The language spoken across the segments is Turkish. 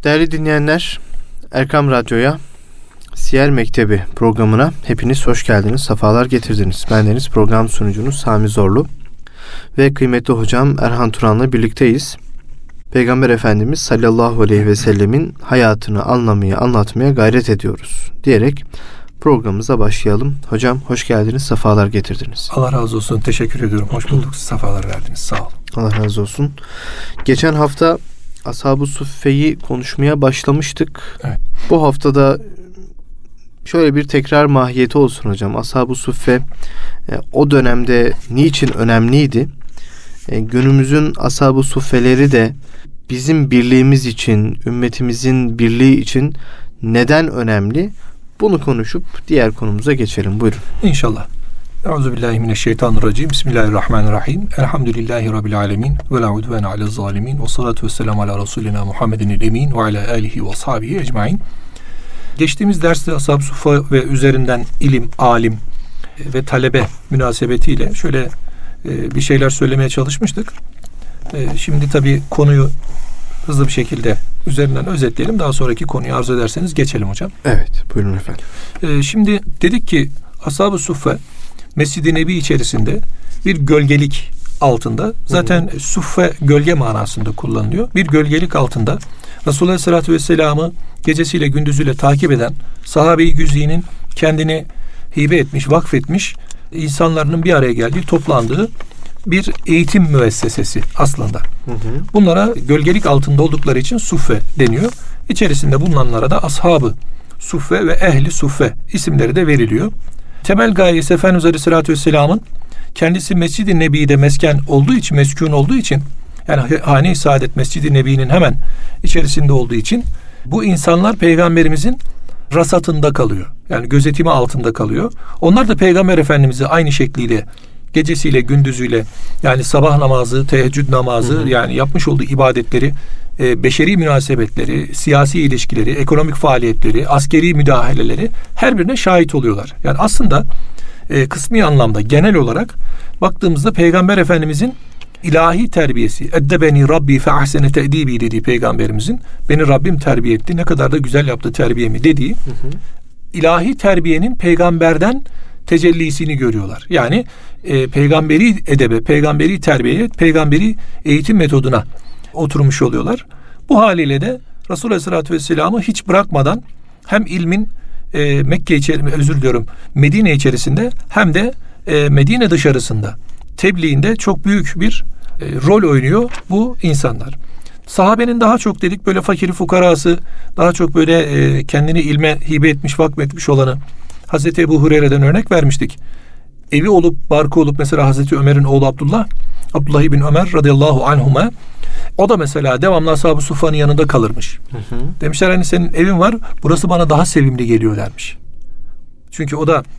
Değerli dinleyenler, Erkam Radyo'ya, Siyer Mektebi programına hepiniz hoş geldiniz, sefalar getirdiniz. Bendeniz program sunucunuz Sami Zorlu ve kıymetli hocam Erhan Turan'la birlikteyiz. Peygamber Efendimiz sallallahu aleyhi ve sellemin hayatını anlamaya, anlatmaya gayret ediyoruz diyerek programımıza başlayalım. Hocam hoş geldiniz, sefalar getirdiniz. Allah razı olsun, teşekkür ediyorum. Hoş bulduk, sefalar verdiniz, sağ olun. Allah razı olsun. Geçen hafta Ashab-ı Suffe'yi konuşmaya başlamıştık. Evet. Bu haftada şöyle bir tekrar mahiyeti olsun hocam. Ashab-ı Suffe o dönemde niçin önemliydi? Günümüzün Ashab-ı Suffe'leri de bizim birliğimiz için, ümmetimizin birliği için neden önemli? Bunu konuşup diğer konumuza geçelim. Buyurun. İnşallah. Euzubillahimineşşeytanirracim. Bismillahirrahmanirrahim. Elhamdülillahi Rabbil alemin. Ve la udvene alel zalimin. Ve salatu vesselamu ala Resulina Muhammedinil emin. Ve ala alihi ve ashabihi ecmain. Geçtiğimiz derste Ashab-ı Suffe ve üzerinden ilim, alim ve talebe münasebetiyle şöyle bir şeyler söylemeye çalışmıştık. Şimdi tabii konuyu hızlı bir şekilde üzerinden özetleyelim. Daha sonraki konuyu arzu ederseniz geçelim hocam. Evet, buyurun efendim. Şimdi dedik ki Ashab-ı Suffe Mescid-i Nebi içerisinde bir gölgelik altında, zaten suffe gölge manasında kullanılıyor. Bir gölgelik altında Resulullah Aleyhisselatü Vesselam'ı gecesiyle gündüzüyle takip eden sahabe-i güzinin kendini hibe etmiş, vakfetmiş insanların bir araya geldiği, toplandığı bir eğitim müessesesi aslında. Bunlara gölgelik altında oldukları için suffe deniyor. İçerisinde bulunanlara da ashab-ı suffe ve ehli suffe isimleri de veriliyor. Temel gayesi Efendimiz Aleyhisselatü Vesselam'ın kendisi Mescid-i Nebi'de mesken olduğu için, meskun olduğu için, yani Hane-i Saadet Mescid-i Nebi'nin hemen içerisinde olduğu için bu insanlar Peygamberimizin rasatında kalıyor. Yani gözetimi altında kalıyor. Onlar da Peygamber Efendimiz'i aynı şekliyle gecesiyle gündüzüyle, yani sabah namazı, teheccüd namazı, yani yapmış olduğu ibadetleri, beşeri münasebetleri, siyasi ilişkileri, ekonomik faaliyetleri, askeri müdahaleleri her birine şahit oluyorlar. Yani aslında kısmi anlamda genel olarak baktığımızda Peygamber Efendimizin ilahi terbiyesi, eddebeni Rabbi fe ahsene te'dibi dediği Peygamberimizin, beni Rabbim terbiye etti, ne kadar da güzel yaptı terbiyemi dediği ilahi terbiyenin peygamberden tecellisini görüyorlar. Yani peygamberi edebe, peygamberi terbiyeye, peygamberi eğitim metoduna oturmuş oluyorlar. Bu haliyle de Resulullah Aleyhisselatü Vesselam'ı hiç bırakmadan hem ilmin Medine içerisinde hem de Medine dışarısında tebliğinde çok büyük bir rol oynuyor bu insanlar. Sahabenin daha çok dedik böyle fakiri fukarası, daha çok böyle kendini ilme hibe etmiş, vakfetmiş olanı Hazreti Ebu Hureyre'den örnek vermiştik. Evi olup, barkı olup mesela Hazreti Ömer'in oğlu Abdullah ibn Ömer radıyallahu anhuma, o da mesela devamlı Ashab-ı Suffa'nın yanında kalırmış. Demişler hani senin evin var, burası bana daha sevimli geliyor dermiş. Çünkü o da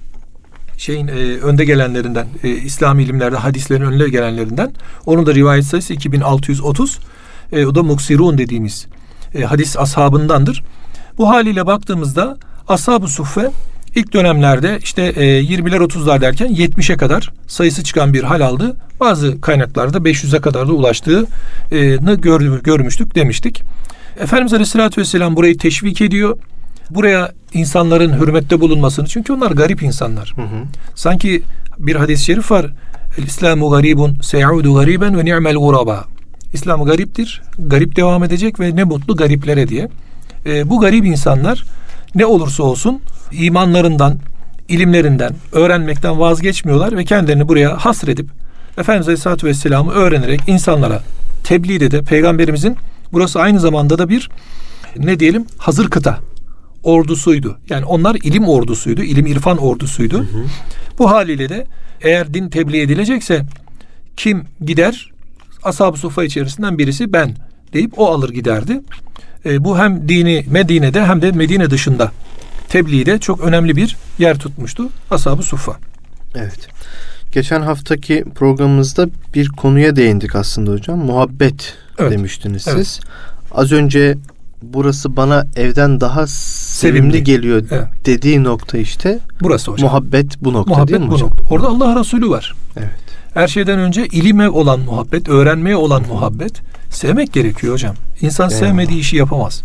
önde gelenlerinden, İslami ilimlerde hadislerin önde gelenlerinden. Onun da rivayet sayısı 2630. O da muksirun dediğimiz hadis ashabındandır. Bu haliyle baktığımızda Ashab-ı Suffe ilk dönemlerde işte 20'ler 30'lar derken 70'e kadar sayısı çıkan bir hal aldı. Bazı kaynaklarda 500'e kadar da ulaştığını görmüştük demiştik. Efendimiz Aleyhisselatü Vesselam burayı teşvik ediyor. Buraya insanların hürmette bulunmasını, çünkü onlar garip insanlar. Sanki bir hadis-i şerif var. El-İslamu garibun seyaudu gariben ve ni'mel guraba. İslam gariptir, garip devam edecek ve ne mutlu gariplere diye. Bu garip insanlar ne olursa olsun imanlarından, ilimlerinden, öğrenmekten vazgeçmiyorlar ve kendilerini buraya hasredip Efendimiz Aleyhisselatü Vesselam'ı öğrenerek insanlara tebliğde de Peygamberimizin burası aynı zamanda da bir hazır kıta ordusuydu. Yani onlar ilim ordusuydu, ilim irfan ordusuydu. Bu haliyle de eğer din tebliğ edilecekse kim gider? Ashab-ı Suffa içerisinden birisi ben deyip o alır giderdi. Bu hem dini Medine'de hem de Medine dışında tebliğde çok önemli bir yer tutmuştu Ashab-ı Suffa. Evet. Geçen haftaki programımızda bir konuya değindik aslında hocam. Muhabbet demiştiniz siz. Az önce burası bana evden daha sevimli geliyor dediği nokta işte. Burası hocam. Muhabbet bu nokta, muhabbet değil mi bu hocam? Nokta. Orada Allah Resulü var. Evet. Her şeyden önce ilime olan muhabbet, öğrenmeye olan muhabbet, sevmek gerekiyor hocam. İnsan sevmediği işi yapamaz.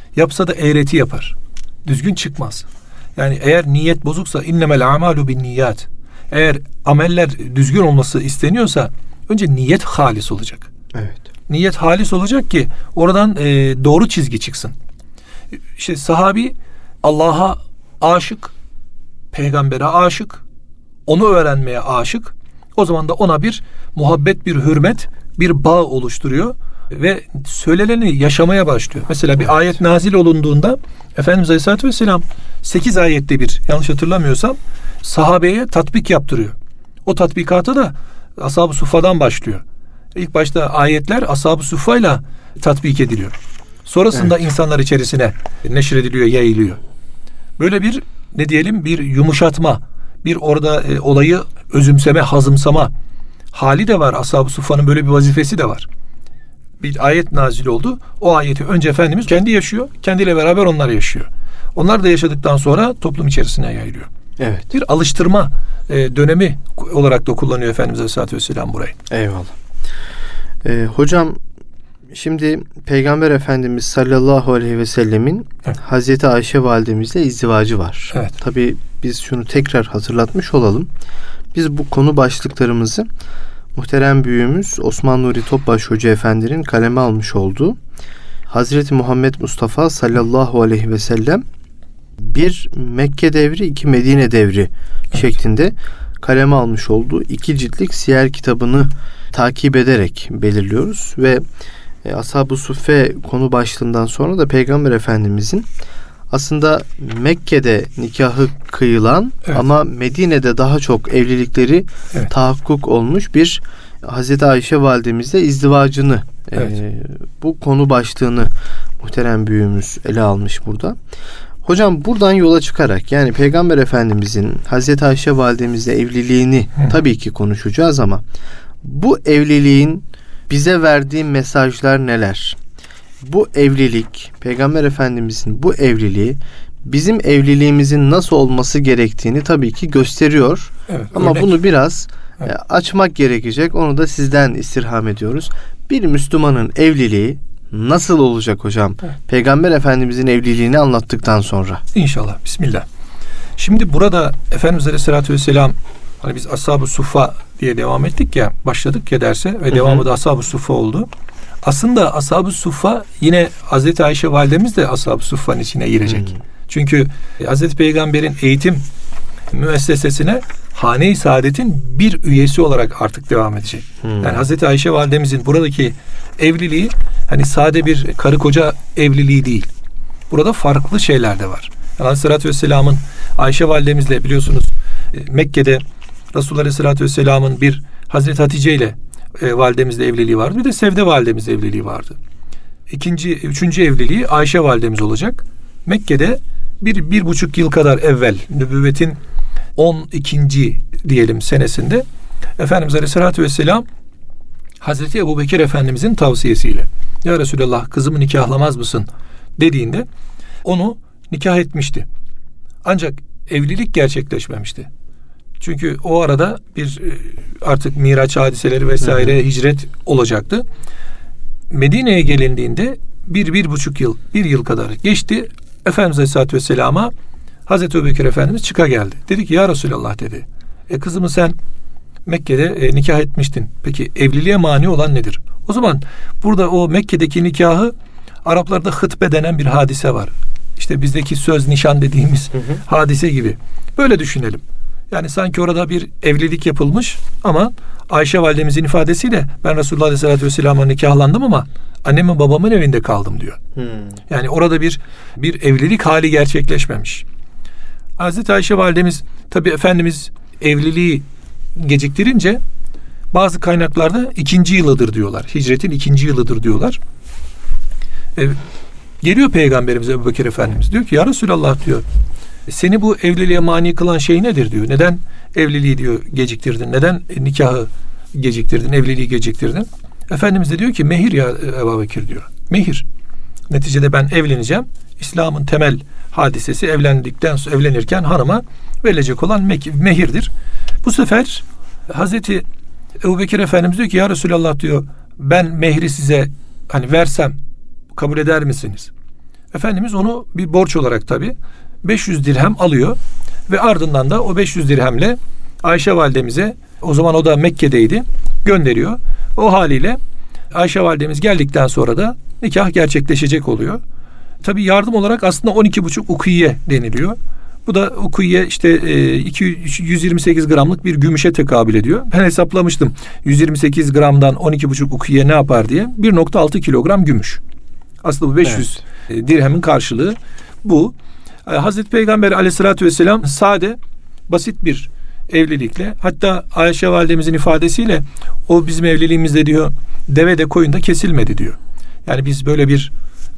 Yapsa da eğreti yapar. Düzgün çıkmaz. Yani eğer niyet bozuksa innemel amalu bin niyat. Eğer ameller düzgün olması isteniyorsa önce niyet halis olacak. Evet. Niyet halis olacak ki oradan doğru çizgi çıksın. İşte sahabi Allah'a aşık, peygambere aşık, onu öğrenmeye aşık. O zaman da ona bir muhabbet, bir hürmet, bir bağ oluşturuyor ve söyleneni yaşamaya başlıyor. Mesela bir ayet nazil olunduğunda Efendimiz Aleyhisselatü Vesselam 8 ayette bir, yanlış hatırlamıyorsam, sahabeye tatbik yaptırıyor. O tatbikata da Ashab-ı Suffa'dan başlıyor. İlk başta ayetler Ashab-ı Suffa'yla tatbik ediliyor. Sonrasında insanlar içerisine neşrediliyor, yayılıyor. Böyle bir bir yumuşatma, bir orada olayı özümseme, hazımsama hali de var. Ashab-ı Suffa'nın böyle bir vazifesi de var. Bir ayet nazil oldu. O ayeti önce Efendimiz kendi yaşıyor, kendiyle beraber onlar yaşıyor. Onlar da yaşadıktan sonra toplum içerisine yayılıyor. Evet. Bir alıştırma dönemi olarak da kullanıyor Efendimiz Aleyhisselatü Vesselam burayı. Eyvallah. Hocam, şimdi Peygamber Efendimiz sallallahu aleyhi ve sellemin Hazreti Ayşe validemizle izdivacı var. Evet. Tabii biz şunu tekrar hatırlatmış olalım. Biz bu konu başlıklarımızı muhterem büyüğümüz Osman Nuri Topbaş Hoca Efendi'nin kaleme almış olduğu Hazreti Muhammed Mustafa sallallahu aleyhi ve sellem bir Mekke devri, iki Medine devri şeklinde kaleme almış olduğu 2 ciltlik siyer kitabını takip ederek belirliyoruz ve Ashab-ı Suffe konu başlığından sonra da Peygamber Efendimizin aslında Mekke'de nikahı kıyılan ama Medine'de daha çok evlilikleri tahakkuk olmuş bir Hazreti Ayşe validemizle izdivacını bu konu başlığını muhterem büyüğümüz ele almış burada. Hocam, buradan yola çıkarak yani Peygamber Efendimizin Hazreti Ayşe validemizle evliliğini tabii ki konuşacağız ama bu evliliğin bize verdiği mesajlar neler? Bu evlilik, Peygamber Efendimizin bu evliliği bizim evliliğimizin nasıl olması gerektiğini tabii ki gösteriyor. Ama bunu biraz açmak gerekecek. Onu da sizden istirham ediyoruz. Bir Müslümanın evliliği nasıl olacak hocam? Peygamber Efendimizin evliliğini anlattıktan sonra. İnşallah. Bismillah. Şimdi burada Efendimiz Aleyhisselatü Vesselam, hani biz Ashab-ı Suffa diye devam ettik ya, başladık ya derse ve devamı da Ashab-ı Suffa oldu. Aslında Ashab-ı Suffa yine Hazreti Ayşe validemiz de Ashab-ı Suffa'nın içine girecek. Çünkü Hazreti Peygamber'in eğitim müessesesine Hane-i Saadet'in bir üyesi olarak artık devam edecek. Yani Hazreti Ayşe validemizin buradaki evliliği hani sade bir karı koca evliliği değil. Burada farklı şeyler de var. Yani Aleyhisselatü Vesselam'ın Ayşe validemizle biliyorsunuz Mekke'de Resulullah Aleyhisselatü Vesselam'ın bir Hazreti Hatice ile validemizle evliliği vardı. Bir de Sevde validemizle evliliği vardı. Üçüncü evliliği Ayşe validemiz olacak. Mekke'de bir buçuk yıl kadar evvel nübüvvetin 12. diyelim senesinde Efendimiz Aleyhisselatü Vesselam Hazreti Ebubekir Efendimizin tavsiyesiyle ya Resulallah kızımı nikahlamaz mısın dediğinde onu nikah etmişti. Ancak evlilik gerçekleşmemişti. Çünkü o arada bir artık Miraç hadiseleri vesaire hicret olacaktı. Medine'ye gelindiğinde bir buçuk yıl, bir yıl kadar geçti. Efendimiz Aleyhisselatü Vesselam'a Hazreti Ebubekir Efendimiz çıka geldi. Dedi ki ya Resulallah dedi. Kızımı sen Mekke'de nikah etmiştin. Peki evliliğe mani olan nedir? O zaman burada o Mekke'deki nikahı Araplarda hıtbe denen bir hadise var. İşte bizdeki söz nişan dediğimiz hadise gibi. Böyle düşünelim. Yani sanki orada bir evlilik yapılmış ama Ayşe validemizin ifadesiyle ben Resulullah Aleyhisselatü Vesselam'a nikahlandım ama annemin babamın evinde kaldım diyor. Yani orada bir evlilik hali gerçekleşmemiş. Hazreti Ayşe validemiz tabii Efendimiz evliliği geciktirince bazı kaynaklarda 2. yılıdır diyorlar. Hicretin 2. yılıdır diyorlar. Geliyor Peygamberimiz Ebubekir Efendimiz diyor ki ya Resulallah diyor seni bu evliliğe mani kılan şey nedir diyor. Neden evliliği diyor geciktirdin? Neden nikahı geciktirdin? Evliliği geciktirdin? Efendimiz de diyor ki mehir ya Ebubekir diyor. Mehir. Neticede ben evleneceğim. İslam'ın temel hadisesi evlenirken hanıma verilecek olan mehirdir. Bu sefer Hazreti Ebubekir Efendimiz diyor ki ya Resulallah diyor ben mehri size hani versem kabul eder misiniz? Efendimiz onu bir borç olarak tabii 500 dirhem alıyor ve ardından da o 500 dirhemle Ayşe validemize, o zaman o da Mekke'deydi, gönderiyor. O haliyle Ayşe validemiz geldikten sonra da nikah gerçekleşecek oluyor. Tabii yardım olarak aslında 12,5 ukiye deniliyor. Bu da ukiye işte 128 gramlık bir gümüşe tekabül ediyor. Ben hesaplamıştım. 128 gramdan 12,5 ukiye ne yapar diye. 1,6 kilogram gümüş. Aslında bu 500 dirhemin karşılığı bu. Hazreti Peygamber aleyhissalatü vesselam sade, basit bir evlilikle, hatta Ayşe validemizin ifadesiyle o bizim evliliğimizde diyor deve de koyun da kesilmedi diyor. Yani biz böyle bir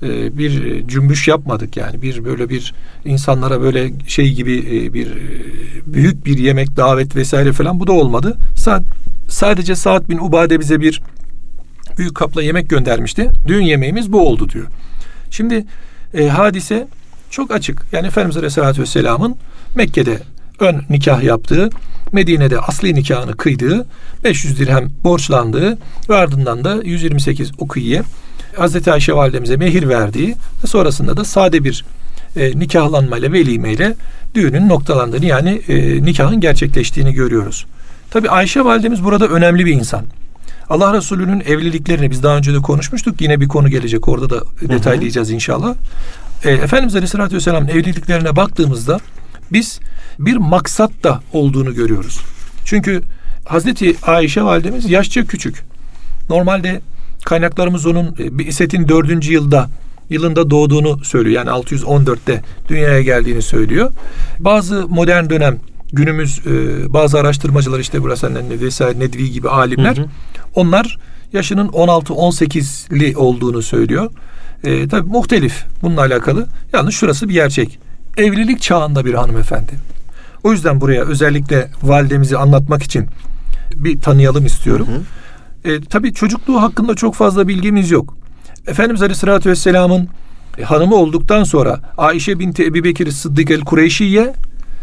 cümbüş yapmadık, yani böyle bir insanlara böyle şey gibi bir büyük bir yemek, davet vesaire falan, bu da olmadı. Sadece Sa'd bin Ubade bize bir büyük kapla yemek göndermişti. Düğün yemeğimiz bu oldu diyor. Şimdi hadise çok açık. Yani Efendimiz Aleyhisselatü Vesselam'ın Mekke'de ön nikah yaptığı, Medine'de asli nikahını kıydığı, 500 dirhem borçlandığı ve ardından da 128 ukiye Hazreti Ayşe validemize mehir verdiği ve sonrasında da sade bir nikahlanmayla, velimeyle düğünün noktalandığını, yani nikahın gerçekleştiğini görüyoruz. Tabi Ayşe validemiz burada önemli bir insan. Allah Resulü'nün evliliklerini biz daha önce de konuşmuştuk. Yine bir konu gelecek, orada da detaylayacağız inşallah. Efendimiz Aleyhisselatü Vesselam'ın evliliklerine baktığımızda biz bir maksatta olduğunu görüyoruz. Çünkü Hazreti Ayşe validemiz yaşça küçük. Normalde kaynaklarımız onun Bi'setin 4. yılında doğduğunu söylüyor. Yani 614'te dünyaya geldiğini söylüyor. Bazı modern dönem günümüz bazı araştırmacılar, işte burası vesaire Nedvi gibi alimler, onlar yaşının 16-18'li olduğunu söylüyor. Tabii muhtelif bununla alakalı. Yalnız şurası bir gerçek. Evlilik çağında bir hanımefendi. O yüzden buraya özellikle validemizi anlatmak için bir tanıyalım istiyorum. Tabii çocukluğu hakkında çok fazla bilgimiz yok. Efendimiz Aleyhisselatü Vesselam'ın hanımı olduktan sonra Ayşe binti Ebi Bekir Sıddık el-Kureyşiye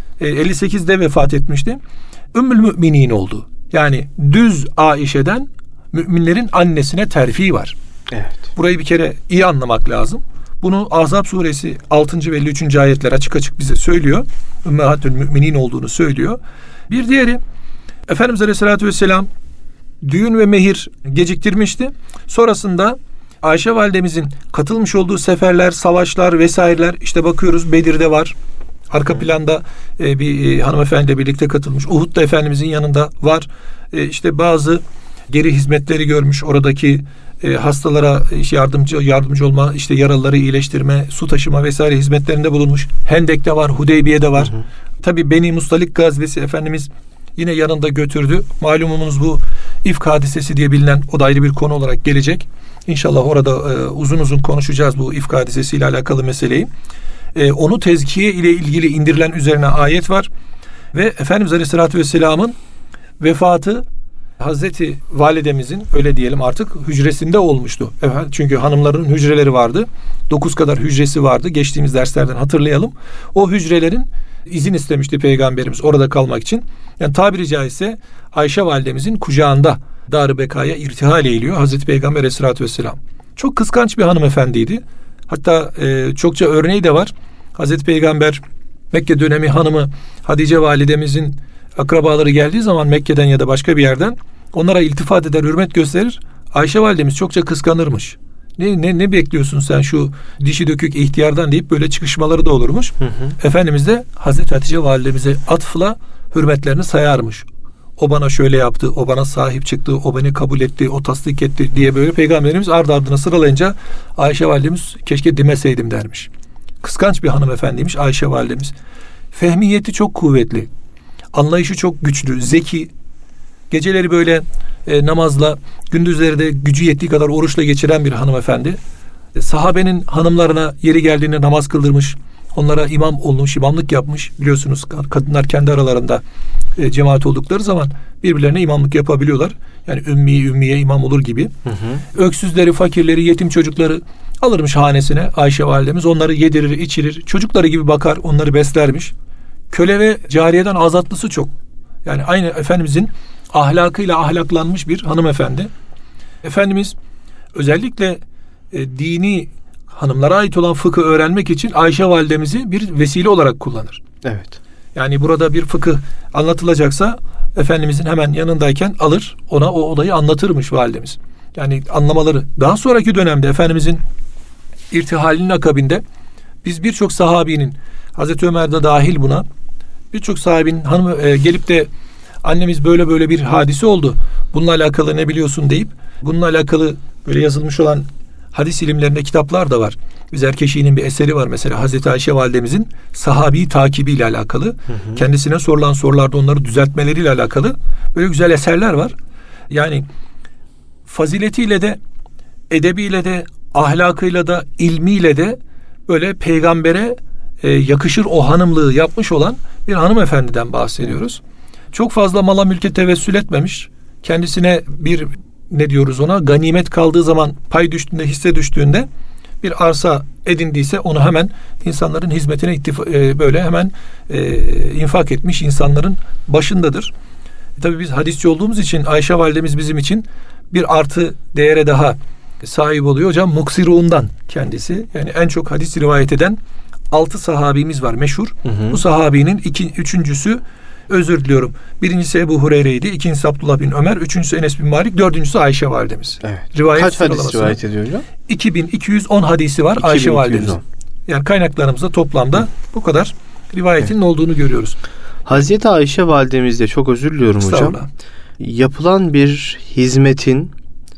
58'de vefat etmişti. Ümmül Müminin oldu. Yani düz Ayşe'den müminlerin annesine terfi var. Evet. Burayı bir kere iyi anlamak lazım. Bunu Ahzab suresi 6. ve 53. ayetler açık açık bize söylüyor. Ümmehatül Müminin olduğunu söylüyor. Bir diğeri, Efendimiz Aleyhisselatü Vesselam düğün ve mehir geciktirmişti. Sonrasında Ayşe validemizin katılmış olduğu seferler, savaşlar vesaireler, işte bakıyoruz Bedir'de var. Arka planda bir hanımefendiyle birlikte katılmış. Uhud'da Efendimizin yanında var. İşte bazı geri hizmetleri görmüş. Oradaki hastalara yardımcı olma, işte yaralıları iyileştirme, su taşıma vesaire hizmetlerinde bulunmuş. Hendek'te var, Hudeybiye'de var. Tabii Beni Mustalik gazvesi Efendimiz yine yanında götürdü. Malumunuz bu İfk hadisesi diye bilinen, o da ayrı bir konu olarak gelecek. İnşallah orada uzun uzun konuşacağız bu İfk hadisesiyle alakalı meseleyi. Onu tezkiye ile ilgili indirilen üzerine ayet var. Ve Efendimiz Aleyhisselatü Vesselam'ın vefatı Hazreti Validemizin, öyle diyelim artık, hücresinde olmuştu. Çünkü hanımların hücreleri vardı. 9 kadar hücresi vardı. Geçtiğimiz derslerden hatırlayalım. O hücrelerin izin istemişti Peygamberimiz orada kalmak için. Yani tabiri caizse Ayşe validemizin kucağında Dar-ı Beka'ya irtihal eğiliyor Hazreti Peygamber Aleyhisselatü Vesselam. Çok kıskanç bir hanımefendiydi. Hatta çokça örneği de var. Hazreti Peygamber Mekke dönemi hanımı Hatice validemizin akrabaları geldiği zaman Mekke'den ya da başka bir yerden onlara iltifat eder, hürmet gösterir. Ayşe validemiz çokça kıskanırmış. Ne bekliyorsun sen şu dişi dökük ihtiyardan deyip böyle çıkışmaları da olurmuş. Efendimiz de Hazreti Hatice validemize atfla hürmetlerini sayarmış. O bana şöyle yaptı, o bana sahip çıktı, o beni kabul etti, o tasdik etti diye böyle Peygamberimiz ardı ardına sıralayınca Ayşe validemiz keşke demeseydim dermiş. Kıskanç bir hanımefendiymiş Ayşe validemiz. Fehmiyeti çok kuvvetli. Anlayışı çok güçlü, zeki. Geceleri böyle namazla, gündüzleri de gücü yettiği kadar oruçla geçiren bir hanımefendi. Sahabenin hanımlarına yeri geldiğinde namaz kıldırmış. Onlara imam olmuş, imamlık yapmış. Biliyorsunuz kadınlar kendi aralarında cemaat oldukları zaman birbirlerine imamlık yapabiliyorlar. Yani ümmiye imam olur gibi. Öksüzleri, fakirleri, yetim çocukları alırmış hanesine Ayşe validemiz. Onları yedirir, içirir. Çocukları gibi bakar, onları beslermiş. Köle ve cariyeden azatlısı çok. Yani aynı Efendimizin ahlakıyla ahlaklanmış bir hanımefendi. Efendimiz özellikle dini hanımlara ait olan fıkıh öğrenmek için Ayşe validemizi bir vesile olarak kullanır. Evet. Yani burada bir fıkıh anlatılacaksa Efendimizin hemen yanındayken alır, ona o olayı anlatırmış validemiz. Yani anlamaları. Daha sonraki dönemde Efendimizin irtihalinin akabinde biz birçok sahabinin, Hazreti Ömer de dahil buna, birçok sahabinin hanımı gelip de annemiz böyle böyle bir hadise oldu, bununla alakalı ne biliyorsun deyip, bununla alakalı böyle yazılmış olan hadis ilimlerinde kitaplar da var. Zerkeşi'nin bir eseri var mesela, Hazreti Ayşe validemizin sahabi takibiyle alakalı. Kendisine sorulan sorularda onları düzeltmeleriyle alakalı böyle güzel eserler var. Yani faziletiyle de, edebiyle de, ahlakıyla da, ilmiyle de böyle peygambere yakışır o hanımlığı yapmış olan bir hanımefendiden bahsediyoruz. Çok fazla mala mülke tevessül etmemiş. Kendisine bir, ne diyoruz ona, ganimet kaldığı zaman, pay düştüğünde, hisse düştüğünde bir arsa edindiyse onu hemen insanların hizmetine böyle hemen infak etmiş insanların başındadır. Tabii biz hadisçi olduğumuz için Ayşe validemiz bizim için bir artı değere daha sahip oluyor. Hocam muksirundan kendisi. Yani en çok hadis rivayet eden 6 sahabimiz var meşhur. Bu sahabinin üçüncüsü, özür diliyorum, birincisi Ebu Hureyre'ydi, ikincisi Abdullah bin Ömer, üçüncüsü Enes bin Malik, dördüncüsü Ayşe validemiz. Evet. Kaç hadis rivayet ediyor hocam? 2210 hadisi var 2210. Ayşe validemiz. Yani kaynaklarımızda toplamda bu kadar rivayetinin olduğunu görüyoruz. Hazreti Ayşe validemizde, çok özür diliyorum hocam, yapılan bir hizmetin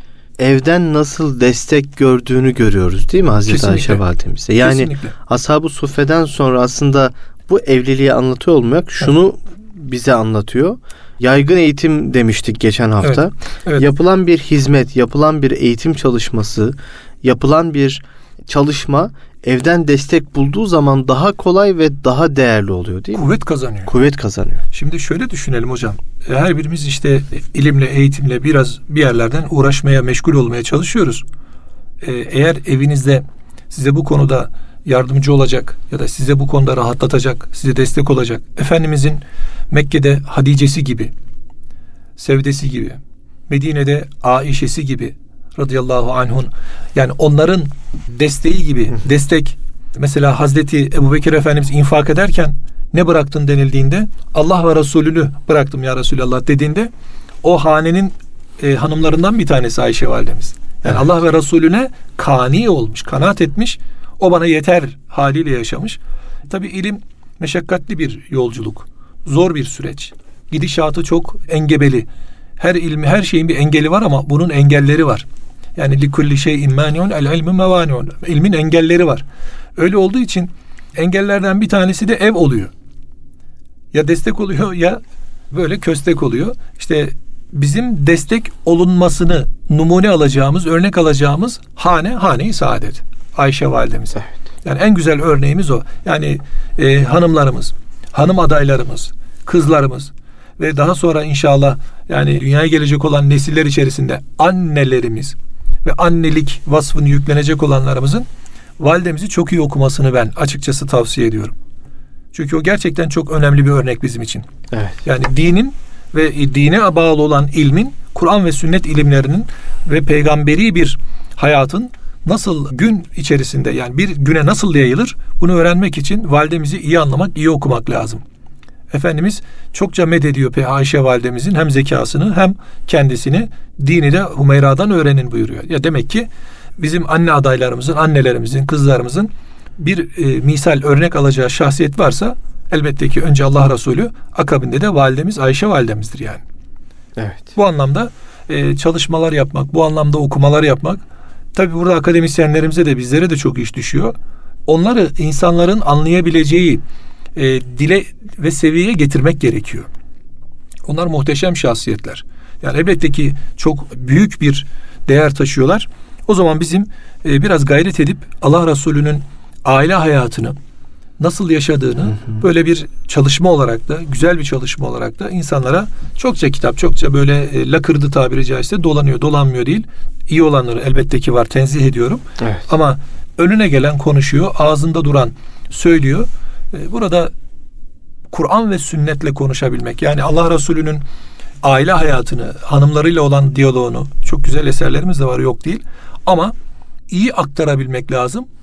evden nasıl destek gördüğünü görüyoruz değil mi Hazreti Kesinlikle. Ayşe validemizde? Yani Kesinlikle. Ashab-ı Suffe'den sonra aslında bu evliliği anlatıyor olmak şunu bize anlatıyor. Yaygın eğitim demiştik geçen hafta. Evet. Evet. Yapılan bir hizmet, yapılan bir eğitim çalışması, yapılan bir çalışma evden destek bulduğu zaman daha kolay ve daha değerli oluyor değil mi? Kuvvet kazanıyor. Kuvvet kazanıyor. Şimdi şöyle düşünelim hocam. Her birimiz işte ilimle, eğitimle biraz bir yerlerden uğraşmaya, meşgul olmaya çalışıyoruz. Eğer evinizde size bu konuda yardımcı olacak ya da size bu konuda rahatlatacak, size destek olacak, Efendimizin Mekke'de Hadice'si gibi, Sevdesi gibi, Medine'de Aişe'si gibi radıyallahu anhun, yani onların desteği gibi destek. Mesela Hazreti Ebubekir Efendimiz infak ederken ne bıraktın denildiğinde, Allah ve Resulünü bıraktım ya Resulallah dediğinde, o hanenin hanımlarından bir tanesi Ayşe validemiz. Yani evet. Allah ve Resulüne kani olmuş, kanaat etmiş, o bana yeter haliyle yaşamış. Tabii ilim meşakkatli bir yolculuk, zor bir süreç. Gidişatı çok engebeli. Her ilmi, her şeyin bir engeli var ama bunun engelleri var. Yani likulli şeyin maniun el ilmi mevaniun. İlmin engelleri var. Öyle olduğu için engellerden bir tanesi de ev oluyor. Ya destek oluyor ya böyle köstek oluyor. İşte bizim destek olunmasını numune alacağımız, örnek alacağımız hane-i saadet. Ayşe validemiz. Evet. Yani en güzel örneğimiz o. Yani hanımlarımız, hanım adaylarımız, kızlarımız ve daha sonra inşallah yani dünyaya gelecek olan nesiller içerisinde annelerimiz ve annelik vasfını yüklenecek olanlarımızın validemizi çok iyi okumasını ben açıkçası tavsiye ediyorum. Çünkü o gerçekten çok önemli bir örnek bizim için. Evet. Yani dinin ve dine bağlı olan ilmin, Kur'an ve sünnet ilimlerinin ve peygamberi bir hayatın nasıl gün içerisinde, yani bir güne nasıl yayılır, bunu öğrenmek için validemizi iyi anlamak, iyi okumak lazım. Efendimiz çokça medediyor Ayşe validemizin hem zekasını hem kendisini, dini de Humeyra'dan öğrenin buyuruyor. Ya demek ki bizim anne adaylarımızın, annelerimizin, kızlarımızın bir misal örnek alacağı şahsiyet varsa elbette ki önce Allah Resulü, akabinde de validemiz Ayşe validemizdir yani. Evet. Bu anlamda çalışmalar yapmak, bu anlamda okumalar yapmak, tabii burada akademisyenlerimize de bizlere de çok iş düşüyor. Onları insanların anlayabileceği dile ve seviyeye getirmek gerekiyor. Onlar muhteşem şahsiyetler. Yani elbette ki çok büyük bir değer taşıyorlar. O zaman bizim biraz gayret edip Allah Resulü'nün aile hayatını nasıl yaşadığını böyle bir çalışma olarak da, güzel bir çalışma olarak da insanlara çokça kitap, çokça böyle lakırdı tabiri caizse dolanıyor, dolanmıyor değil. İyi olanları elbette ki var, tenzih ediyorum. Evet. Ama önüne gelen konuşuyor, ağzında duran söylüyor. Burada Kur'an ve sünnetle konuşabilmek, yani Allah Resulü'nün aile hayatını, hanımlarıyla olan diyaloğunu, çok güzel eserlerimiz de var, yok değil. Ama iyi aktarabilmek lazım.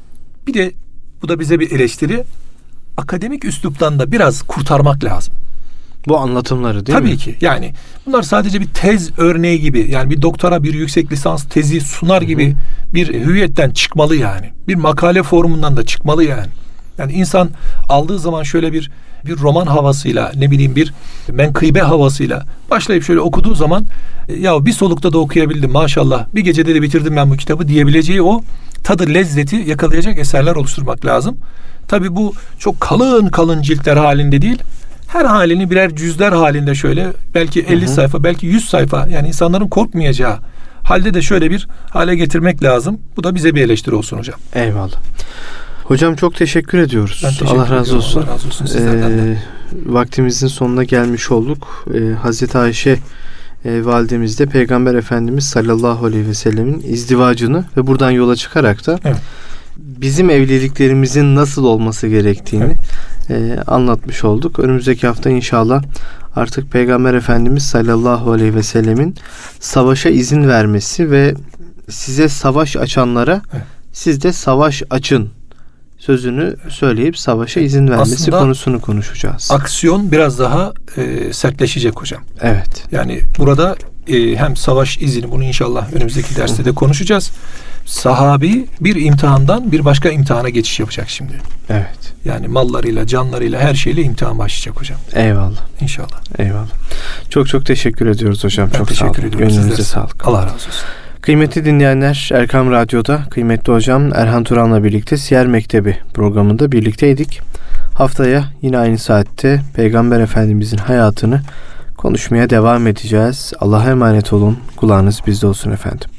Bir de bu da bize bir eleştiri. Akademik üsluptan da biraz kurtarmak lazım. Bu anlatımları değil mi? Tabii ki. Yani bunlar sadece bir tez örneği gibi, yani bir doktora, bir yüksek lisans tezi sunar gibi bir hüviyetten çıkmalı yani. Bir makale formundan da çıkmalı yani. Yani insan aldığı zaman şöyle bir roman havasıyla, ne bileyim bir menkıbe havasıyla başlayıp şöyle okuduğu zaman ya bir solukta da okuyabildim maşallah, bir gecede de bitirdim ben bu kitabı diyebileceği o tadı, lezzeti yakalayacak eserler oluşturmak lazım. Tabii bu çok kalın ciltler halinde değil, her halini birer cüzler halinde şöyle belki 50 sayfa, belki 100 sayfa, yani insanların korkmayacağı halde de şöyle bir hale getirmek lazım. Bu da bize bir eleştiri olsun hocam. Eyvallah. Hocam çok teşekkür ediyoruz. Ben teşekkür Allah razı olsun. Allah razı olsun sizlerden de. Vaktimizin sonuna gelmiş olduk. Hazreti Ayşe validemiz de Peygamber Efendimiz sallallahu aleyhi ve sellemin izdivacını ve buradan yola çıkarak da bizim evliliklerimizin nasıl olması gerektiğini anlatmış olduk. Önümüzdeki hafta inşallah artık Peygamber Efendimiz sallallahu aleyhi ve sellemin savaşa izin vermesi ve size savaş açanlara siz de savaş açın sözünü söyleyip savaşa izin vermesi aslında konusunu konuşacağız. Aksiyon biraz daha sertleşecek hocam. Evet. Yani burada hem savaş izini, bunu inşallah önümüzdeki derste de konuşacağız. Sahabi bir imtihandan bir başka imtihana geçiş yapacak şimdi. Evet. Yani mallarıyla, canlarıyla, her şeyle imtihan başlayacak hocam. Eyvallah. İnşallah. Eyvallah. Çok teşekkür ediyoruz hocam. Ben çok teşekkür ediyorum. Gönlünüze sağlık. Allah razı olsun. Kıymetli dinleyenler, Erkam Radyo'da kıymetli hocam Erhan Turan'la birlikte Siyer Mektebi programında birlikteydik. Haftaya yine aynı saatte Peygamber Efendimizin hayatını konuşmaya devam edeceğiz. Allah'a emanet olun. Kulağınız bizde olsun efendim.